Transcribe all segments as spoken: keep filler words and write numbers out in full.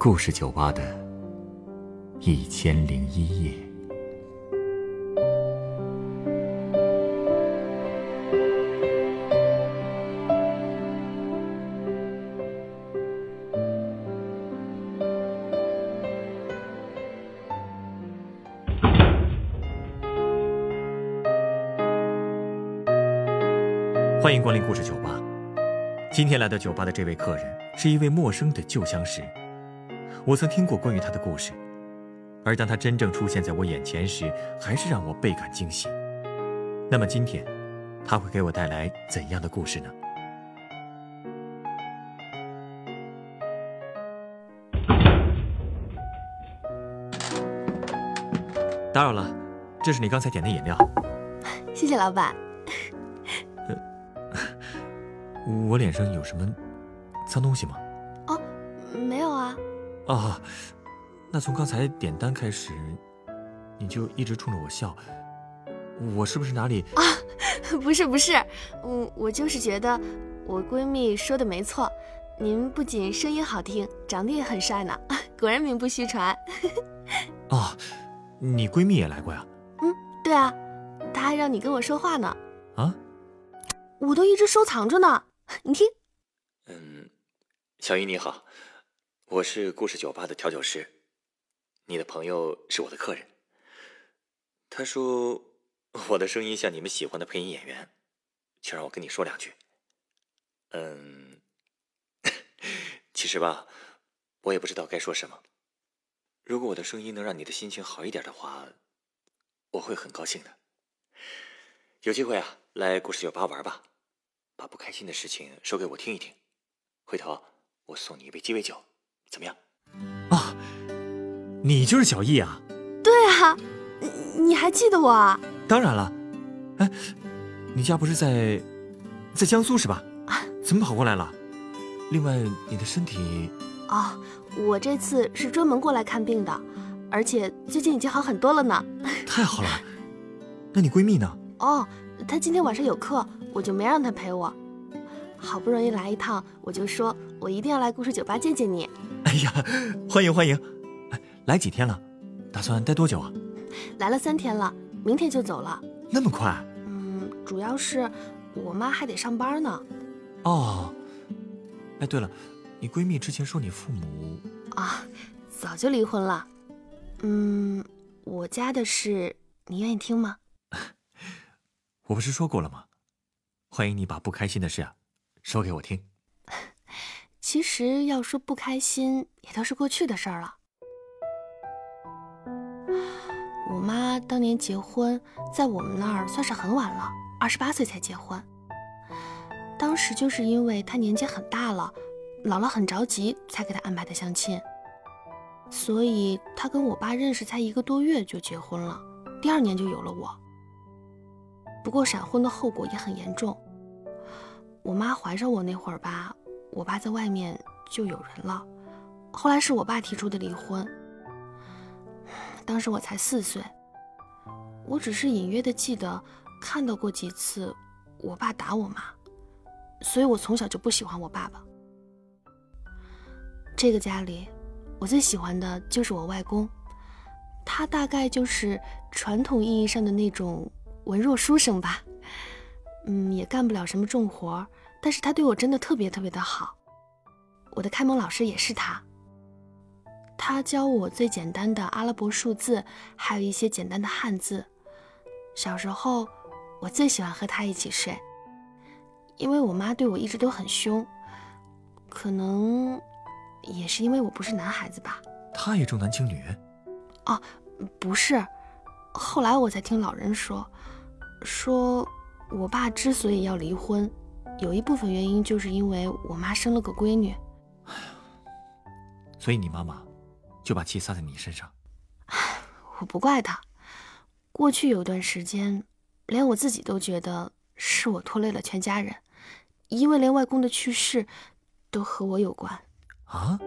故事酒吧的一千零一夜。欢迎光临故事酒吧。今天来到酒吧的这位客人是一位陌生的旧相识。我曾听过关于他的故事，而当他真正出现在我眼前时，还是让我倍感惊喜。那么今天他会给我带来怎样的故事呢？打扰了，这是你刚才点的饮料。 谢谢老板。 我脸上有什么脏东西吗？ 哦，没有啊。 哦，那从刚才点单开始，你就一直冲着我笑，我是不是哪里…… 啊，不是不是，嗯，我就是觉得我闺蜜说的没错，您不仅声音好听，长得也很帅呢，果然名不虚传。 哦，你闺蜜也来过呀？ 嗯，对啊，她还让你跟我说话呢。 啊？ 我都一直收藏着呢。你听， 嗯，小姨你好，我是故事酒吧的调酒师，你的朋友是我的客人。他说我的声音像你们喜欢的配音演员，就让我跟你说两句。嗯，其实吧，我也不知道该说什么。如果我的声音能让你的心情好一点的话，我会很高兴的。有机会啊，来故事酒吧玩吧。把不开心的事情说给我听一听，回头我送你一杯鸡尾酒，怎么样？啊，你就是小易啊？ 对啊，你还记得我啊？ 当然了。哎，你家不是在在江苏是吧？怎么跑过来了？另外，你的身体…… 哦，我这次是专门过来看病的，而且最近已经好很多了呢。 太好了，那你闺蜜呢？ 哦，她今天晚上有课，我就没让她陪我。好不容易来一趟，我就说我一定要来故事酒吧见见你。 哎呀，欢迎欢迎！来几天了？打算待多久啊？ 来了三天了，明天就走了。 那么快？ 嗯，主要是我妈还得上班呢。 哦，哎，对了，你闺蜜之前说你父母…… 啊，早就离婚了。嗯，我家的事你愿意听吗？ 我不是说过了吗？欢迎你把不开心的事啊说给我听。 其实要说不开心，也都是过去的事儿了。我妈当年结婚，在我们那儿算是很晚了，二十八岁才结婚。当时就是因为她年纪很大了，姥姥很着急，才给她安排的相亲。所以她跟我爸认识才一个多月就结婚了，第二年就有了我。不过闪婚的后果也很严重。我妈怀上我那会儿吧，我爸在外面就有人了，后来是我爸提出的离婚。当时我才四岁，我只是隐约的记得看到过几次我爸打我妈，所以我从小就不喜欢我爸爸。这个家里我最喜欢的就是我外公，他大概就是传统意义上的那种文弱书生吧，嗯，也干不了什么重活，但是他对我真的特别特别的好。我的开蒙老师也是他，他教我最简单的阿拉伯数字，还有一些简单的汉字。小时候我最喜欢和他一起睡，因为我妈对我一直都很凶，可能也是因为我不是男孩子吧。 他也重男轻女？ 哦，不是，后来我才听老人说说我爸之所以要离婚，有一部分原因就是因为我妈生了个闺女。 所以你妈妈就把气撒在你身上？ 我不怪她，过去有段时间连我自己都觉得是我拖累了全家人，因为连外公的去世都和我有关。 啊？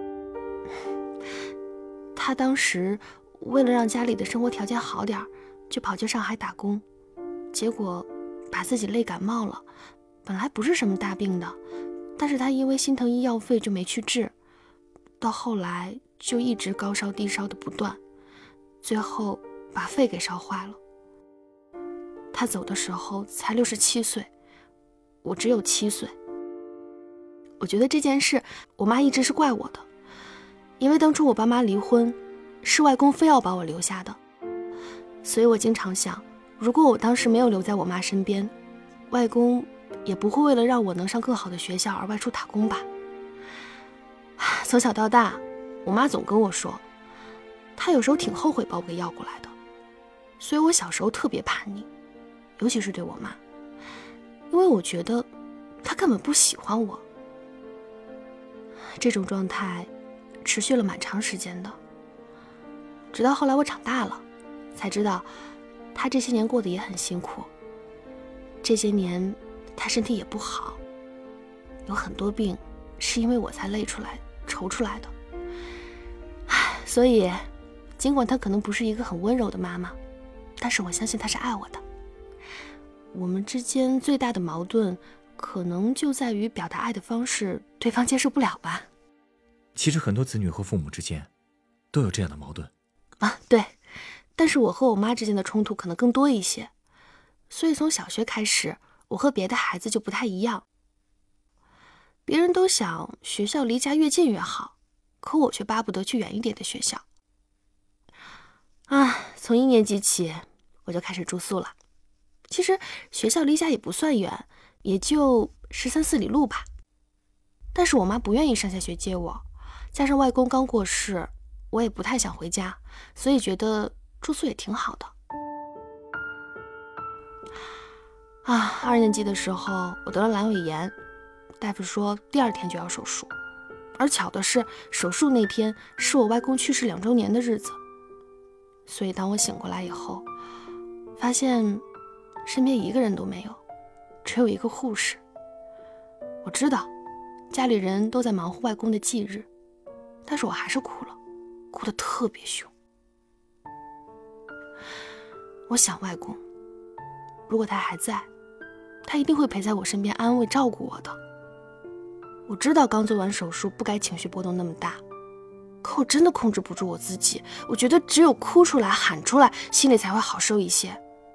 他当时为了让家里的生活条件好点，就跑去上海打工，结果把自己累感冒了，本来不是什么大病的，但是他因为心疼医药费就没去治，到后来就一直高烧低烧的不断，最后把肺给烧坏了。他走的时候才六十七岁，我只有七岁。我觉得这件事我妈一直是怪我的，因为当初我爸妈离婚，是外公非要把我留下的。所以我经常想，如果我当时没有留在我妈身边，外公也不会为了让我能上更好的学校而外出打工吧。从小到大，我妈总跟我说，她有时候挺后悔把我给要过来的。所以我小时候特别叛逆，尤其是对我妈，因为我觉得她根本不喜欢我。这种状态持续了蛮长时间的，直到后来我长大了，才知道她这些年过得也很辛苦。这些年她身体也不好，有很多病是因为我才累出来愁出来的。所以尽管她可能不是一个很温柔的妈妈，但是我相信她是爱我的。我们之间最大的矛盾可能就在于表达爱的方式对方接受不了吧。 其实很多子女和父母之间都有这样的矛盾啊，对，但是我和我妈之间的冲突可能更多一些，所以从小学开始，我和别的孩子就不太一样。别人都想学校离家越近越好，可我却巴不得去远一点的学校。啊，从一年级起我就开始住宿了。其实学校离家也不算远，也就十三四里路吧。但是我妈不愿意上下学接我，加上外公刚过世，我也不太想回家，所以觉得住宿也挺好的。啊，二年级的时候我得了阑尾炎，大夫说第二天就要手术，而巧的是手术那天是我外公去世两周年的日子。所以当我醒过来以后，发现身边一个人都没有，只有一个护士。我知道家里人都在忙活外公的忌日，但是我还是哭了，哭得特别凶。我想外公，如果他还在，他一定会陪在我身边安慰照顾我的。我知道刚做完手术不该情绪波动那么大，可我真的控制不住我自己，我觉得只有哭出来喊出来，心里才会好受一些。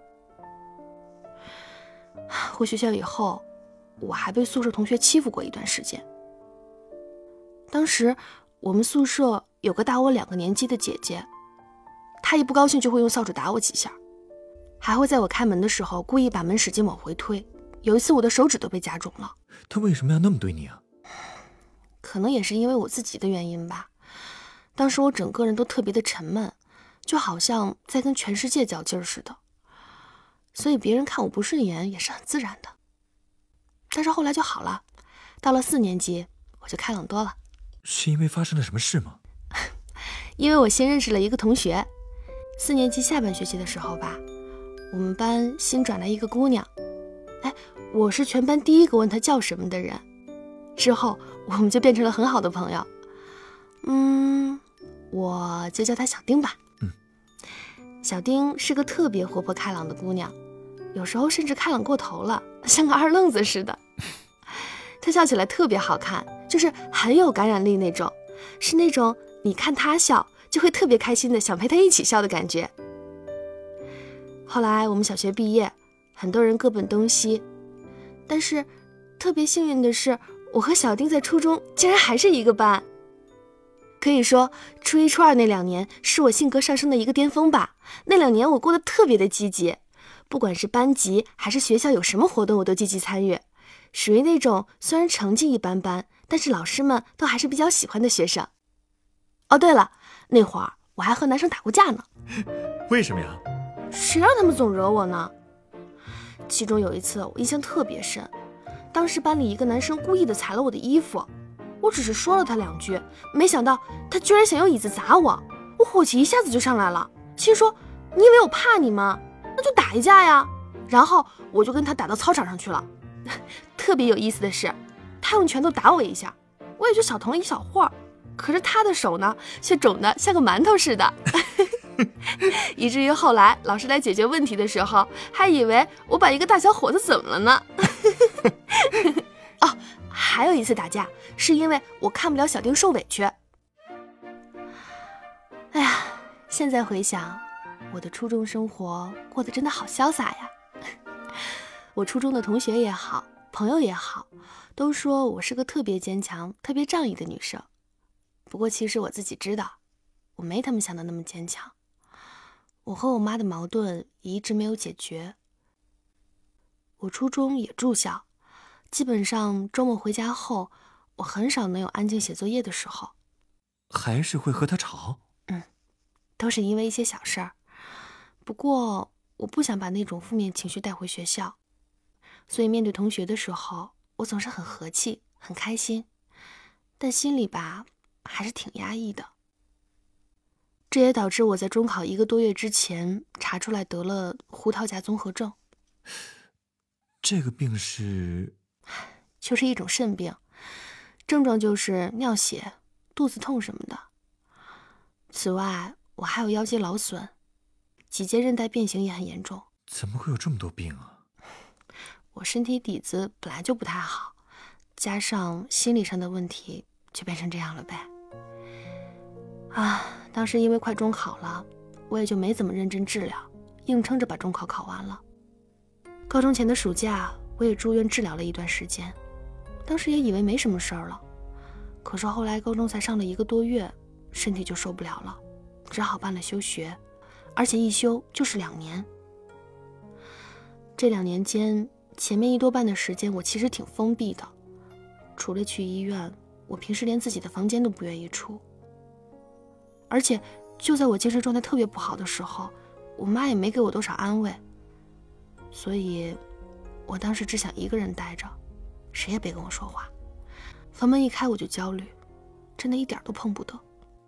回学校以后，我还被宿舍同学欺负过一段时间。当时我们宿舍有个大我两个年级的姐姐，她一不高兴就会用扫帚打我几下，还会在我开门的时候故意把门使劲往回推。有一次我的手指都被夹肿了。 她为什么要那么对你啊？ 可能也是因为我自己的原因吧。当时我整个人都特别的沉闷，就好像在跟全世界较劲儿似的，所以别人看我不顺眼也是很自然的。但是后来就好了，到了四年级我就开朗多了。 是因为发生了什么事吗？ 因为我新认识了一个同学。四年级下半学期的时候吧，我们班新转来一个姑娘，哎，我是全班第一个问她叫什么的人。之后我们就变成了很好的朋友。嗯，我就叫她小丁吧。 嗯， 小丁是个特别活泼开朗的姑娘，有时候甚至开朗过头了，像个二愣子似的。她笑起来特别好看，就是很有感染力那种，是那种你看她笑就会特别开心的想陪她一起笑的感觉。后来我们小学毕业，很多人各奔东西，但是特别幸运的是，我和小丁在初中竟然还是一个班。可以说初一初二那两年是我性格上升的一个巅峰吧。那两年我过得特别的积极，不管是班级还是学校有什么活动我都积极参与，属于那种虽然成绩一般般，但是老师们都还是比较喜欢的学生。哦对了，那会儿我还和男生打过架呢。 为什么呀？ 谁让他们总惹我呢？其中有一次我印象特别深，当时班里一个男生故意的踩了我的衣服，我只是说了他两句，没想到他居然想用椅子砸我，我火气一下子就上来了，心说你以为我怕你吗？那就打一架呀。然后我就跟他打到操场上去了。特别有意思的是，他用拳头打我一下，我也就小疼了一小会儿，可是他的手呢却肿得像个馒头似的。以至于后来老师来解决问题的时候，还以为我把一个大小伙子怎么了呢？哦，还有一次打架是因为我看不了小丁受委屈。 现在回想，我的初中生活过得真的好潇洒呀。我初中的同学也好，朋友也好，都说我是个特别坚强、特别仗义的女生。不过其实我自己知道，我没他们想的那么坚强。我和我妈的矛盾也一直没有解决。我初中也住校，基本上周末回家后，我很少能有安静写作业的时候。 还是会和他吵？ 嗯，都是因为一些小事儿。不过我不想把那种负面情绪带回学校，所以面对同学的时候，我总是很和气，很开心，但心里吧，还是挺压抑的。这也导致我在中考一个多月之前查出来得了胡桃夹综合症。 这个病是？ 就是一种肾病，症状就是尿血、肚子痛什么的。此外，我还有腰肌劳损，脊椎韧带变形也很严重。 怎么会有这么多病啊？ 我身体底子本来就不太好，加上心理上的问题，就变成这样了呗。啊，当时因为快中考了，我也就没怎么认真治疗，硬撑着把中考考完了。高中前的暑假，我也住院治疗了一段时间，当时也以为没什么事儿了，可是后来高中才上了一个多月，身体就受不了了，只好办了休学，而且一休就是两年。这两年间，前面一多半的时间我其实挺封闭的，除了去医院，我平时连自己的房间都不愿意出。而且就在我精神状态特别不好的时候，我妈也没给我多少安慰，所以我当时只想一个人待着，谁也别跟我说话。房门一开我就焦虑，真的一点都碰不得。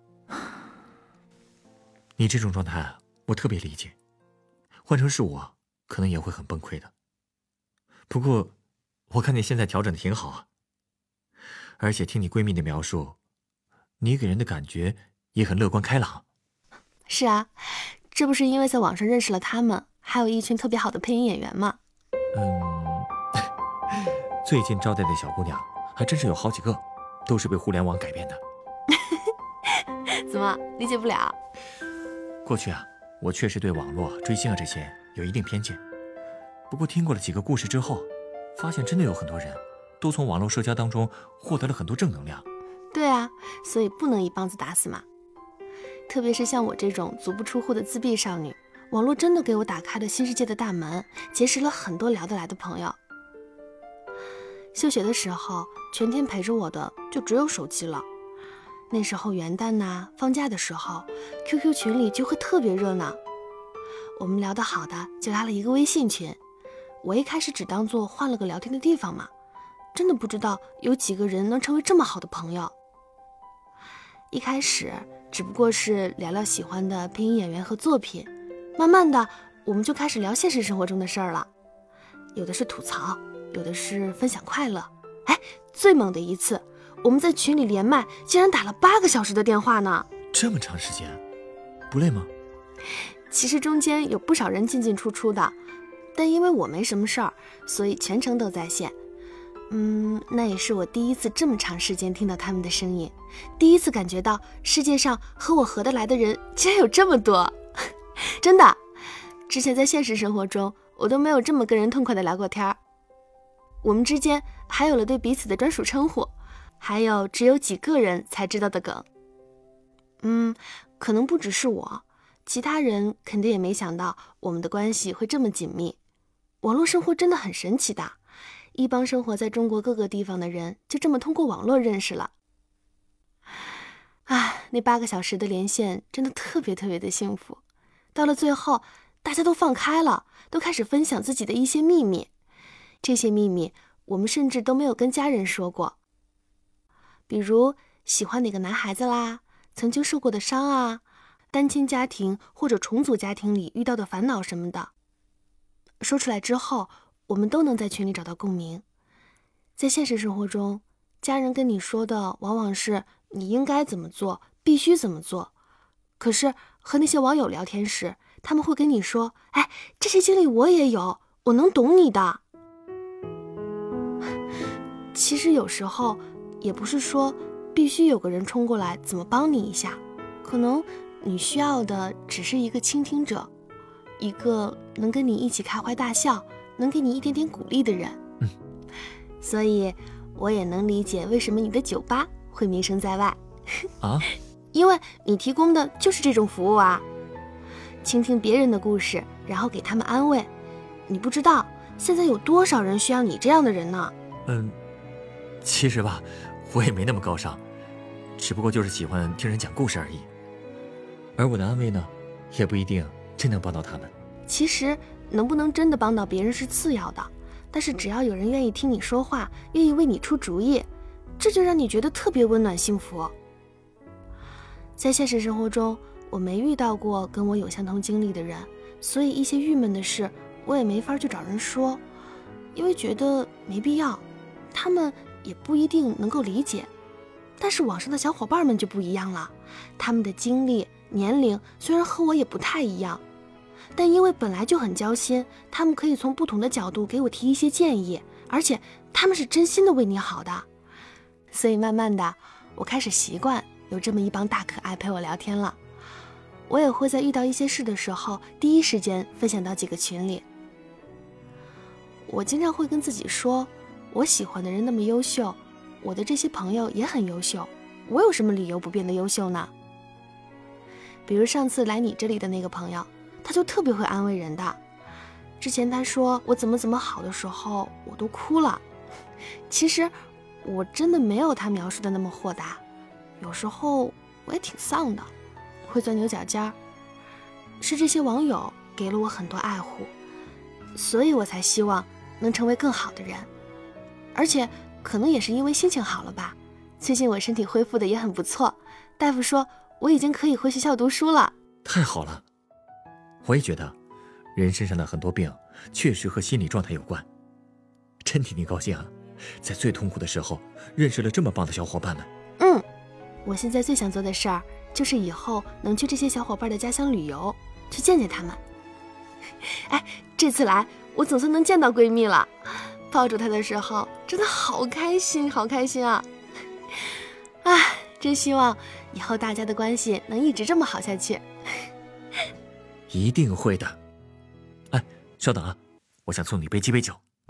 你这种状态我特别理解，换成是我可能也会很崩溃的。不过我看你现在调整的挺好啊，而且听你闺蜜的描述，你给人的感觉也很乐观开朗。 是啊，这不是因为在网上认识了他们，还有一群特别好的配音演员吗？ 嗯，最近招待的小姑娘还真是有好几个，都是被互联网改编的。 怎么理解不了？ 过去啊，我确实对网络、追星啊这些有一定偏见。不过听过了几个故事之后，发现真的有很多人都从网络社交当中获得了很多正能量。 对啊，所以不能一棒子打死嘛。特别是像我这种足不出户的自闭少女，网络真的给我打开了新世界的大门，结识了很多聊得来的朋友。休学的时候，全天陪着我的就只有手机了。那时候元旦呐、放假的时候 Q Q 群里就会特别热闹，我们聊得好的就拉了一个微信群。我一开始只当做换了个聊天的地方嘛，真的不知道有几个人能成为这么好的朋友。一开始只不过是聊聊喜欢的配音演员和作品，慢慢的我们就开始聊现实生活中的事儿了，有的是吐槽，有的是分享快乐。哎，最猛的一次，我们在群里连麦竟然打了八个小时的电话呢。 这么长时间，不累吗？ 其实中间有不少人进进出出的，但因为我没什么事儿，所以全程都在线。嗯，那也是我第一次这么长时间听到他们的声音，第一次感觉到世界上和我合得来的人竟然有这么多。真的，之前在现实生活中我都没有这么跟人痛快的聊过天。我们之间还有了对彼此的专属称呼，还有只有几个人才知道的梗。嗯，可能不只是我，其他人肯定也没想到我们的关系会这么紧密。网络生活真的很神奇的，一帮生活在中国各个地方的人就这么通过网络认识了。啊，那八个小时的连线真的特别特别的幸福。到了最后，大家都放开了，都开始分享自己的一些秘密。这些秘密我们甚至都没有跟家人说过，比如喜欢哪个男孩子啦，曾经受过的伤啊，单亲家庭或者重组家庭里遇到的烦恼什么的。说出来之后，我们都能在群里找到共鸣。在现实生活中，家人跟你说的往往是你应该怎么做，必须怎么做。可是和那些网友聊天时，他们会跟你说，哎，这些经历我也有，我能懂你的。其实有时候也不是说必须有个人冲过来怎么帮你一下，可能你需要的只是一个倾听者，一个能跟你一起开怀大笑，能给你一点点鼓励的人。 嗯， 所以我也能理解为什么你的酒吧会名声在外。 啊？ 因为你提供的就是这种服务啊，倾听别人的故事，然后给他们安慰。你不知道现在有多少人需要你这样的人呢？ 嗯，其实吧，我也没那么高尚，只不过就是喜欢听人讲故事而已。而我的安慰呢，也不一定真能帮到他们。 其实能不能真的帮到别人是次要的，但是只要有人愿意听你说话，愿意为你出主意，这就让你觉得特别温暖幸福。在现实生活中，我没遇到过跟我有相同经历的人，所以一些郁闷的事我也没法去找人说，因为觉得没必要，他们也不一定能够理解。但是网上的小伙伴们就不一样了，他们的经历年龄虽然和我也不太一样，但因为本来就很交心，他们可以从不同的角度给我提一些建议，而且他们是真心的为你好的。所以慢慢的，我开始习惯有这么一帮大可爱陪我聊天了。我也会在遇到一些事的时候，第一时间分享到几个群里。我经常会跟自己说，我喜欢的人那么优秀，我的这些朋友也很优秀，我有什么理由不变得优秀呢？比如上次来你这里的那个朋友，他就特别会安慰人的。之前他说我怎么怎么好的时候，我都哭了。其实我真的没有他描述的那么豁达，有时候我也挺丧的，会钻牛角尖儿。是这些网友给了我很多爱护，所以我才希望能成为更好的人。而且可能也是因为心情好了吧，最近我身体恢复的也很不错，大夫说我已经可以回学校读书了。 太好了，我也觉得人身上的很多病确实和心理状态有关，真替你高兴啊，在最痛苦的时候认识了这么棒的小伙伴们。 嗯，我现在最想做的事儿就是以后能去这些小伙伴的家乡旅游，去见见他们。哎，这次来我总算能见到闺蜜了，抱住她的时候真的好开心好开心啊！哎，真希望以后大家的关系能一直这么好下去。 一定会的。哎，稍等啊，我想送你杯鸡尾酒。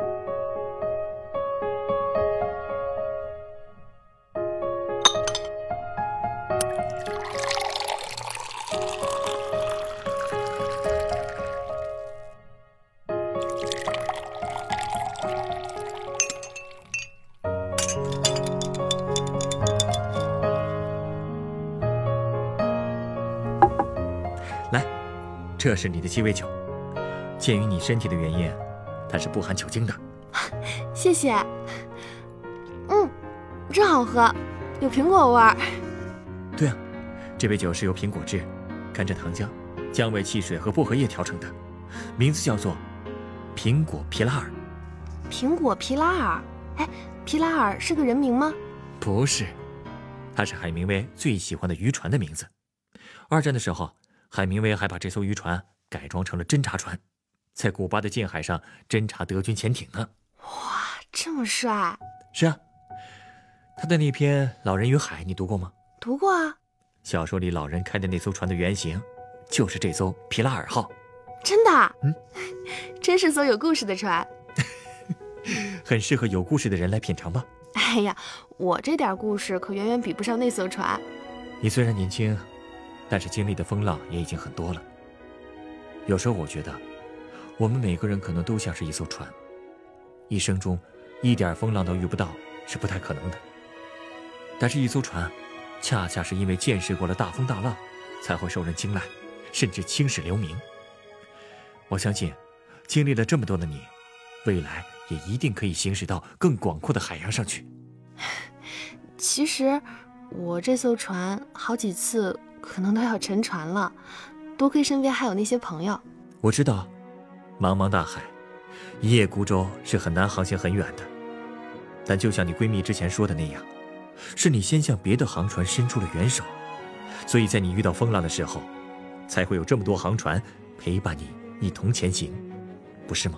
来，这是你的鸡尾酒，鉴于你身体的原因，它是不含酒精的。 谢谢。嗯，真好喝，有苹果味儿。 对啊，这杯酒是由苹果汁、甘蔗糖浆、姜味汽水和薄荷叶调成的，名字叫做苹果皮拉尔。 苹果皮拉尔？哎，皮拉尔是个人名吗？ 不是，它是海明威最喜欢的渔船的名字。二战的时候，海明威还把这艘渔船改装成了侦察船，在古巴的近海上侦察德军潜艇呢。 哇，这么帅！ 是啊，他的那篇《老人与海》你读过吗？ 读过啊。 小说里老人开的那艘船的原型，就是这艘皮拉尔号。 真的？ 嗯， 真是艘有故事的船。 很适合有故事的人来品尝吧。 哎呀，我这点故事可远远比不上那艘船。 你虽然年轻，但是经历的风浪也已经很多了。有时候我觉得，我们每个人可能都像是一艘船，一生中一点风浪都遇不到是不太可能的。但是一艘船，恰恰是因为见识过了大风大浪，才会受人青睐，甚至青史留名。我相信，经历了这么多的你，未来也一定可以行驶到更广阔的海洋上去。 其实我这艘船好几次可能都要沉船了，多亏身边还有那些朋友。 我知道，茫茫大海，一叶孤舟是很难航行很远的。但就像你闺蜜之前说的那样，是你先向别的航船伸出了援手，所以在你遇到风浪的时候，才会有这么多航船陪伴你一同前行，不是吗？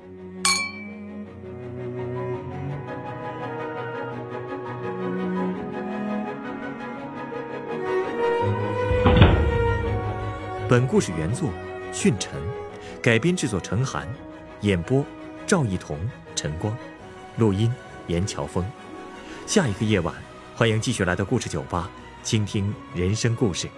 本故事原作训晨，改编制作陈寒，演播赵一彤、陈光，录音严乔峰。下一个夜晚，欢迎继续来到故事酒吧，倾听人生故事。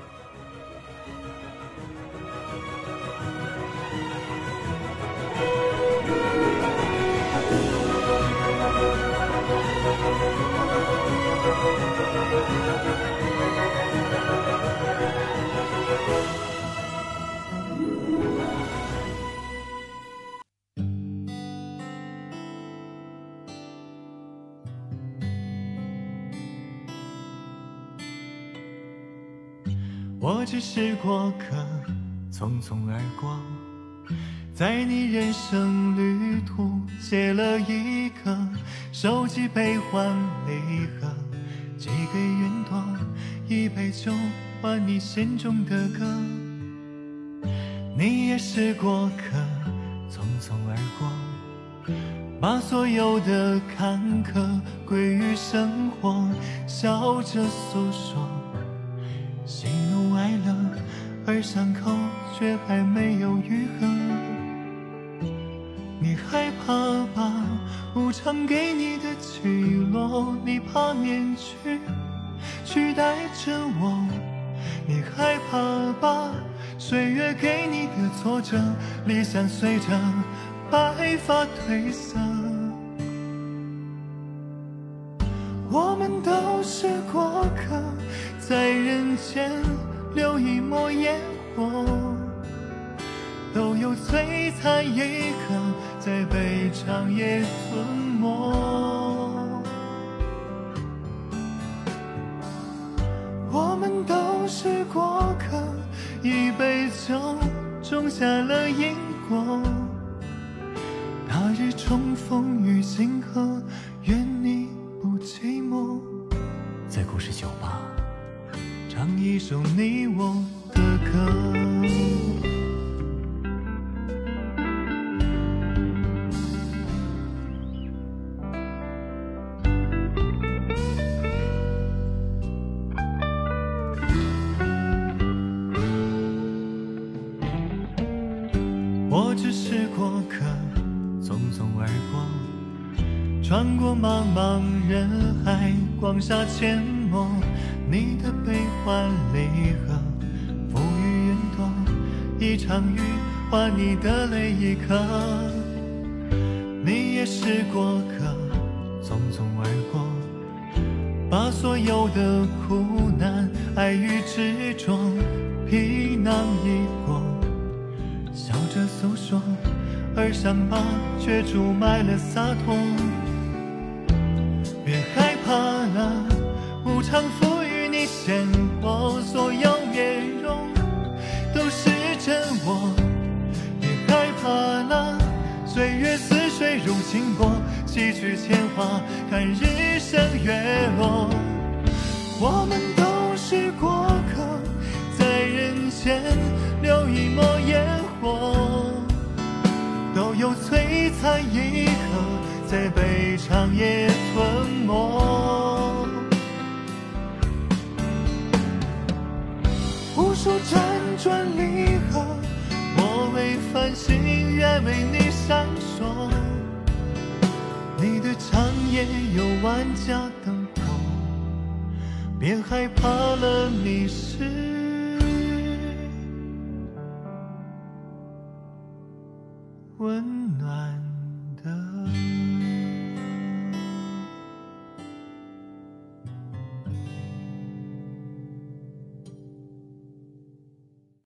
我只是过客，匆匆而过，在你人生旅途写了一个手机悲欢离合，寄给云朵一杯酒，换你心中的歌。你也是过客，匆匆而过，把所有的坎坷归于生活，笑着诉说喜怒哀乐，而伤口却还没有愈合。你害怕把无常给你的起落，你怕面具取代着我，你害怕把岁月给你的挫折，理想随着白发褪色。我们都是过客，在人间留一抹烟火，都有璀璨一刻，在被长夜吞没。我们都是过客，一杯酒种下了因果，那日重逢于星河，愿你不寂寞。在故事酒吧唱一首你我的歌。我只是过客，匆匆而过，穿过茫茫人海，广厦阡陌，你的悲欢离合，浮于云朵，一场雨换你的泪一颗。你也是过客，匆匆而过，把所有的苦难爱与执着皮囊一过，笑着诉说，而伤疤却注满了洒脱。别害怕了，无常赋予你鲜活，所有面容都是真我。别害怕了，岁月似水如清波，几曲铅华看日升月落。我们都是过客，在人间留一抹烟火，都有璀璨一刻，在被长夜吞没。无数辗转离合，我为繁星，愿为你闪烁。你的长夜有万家灯火，别害怕了，你是温暖的。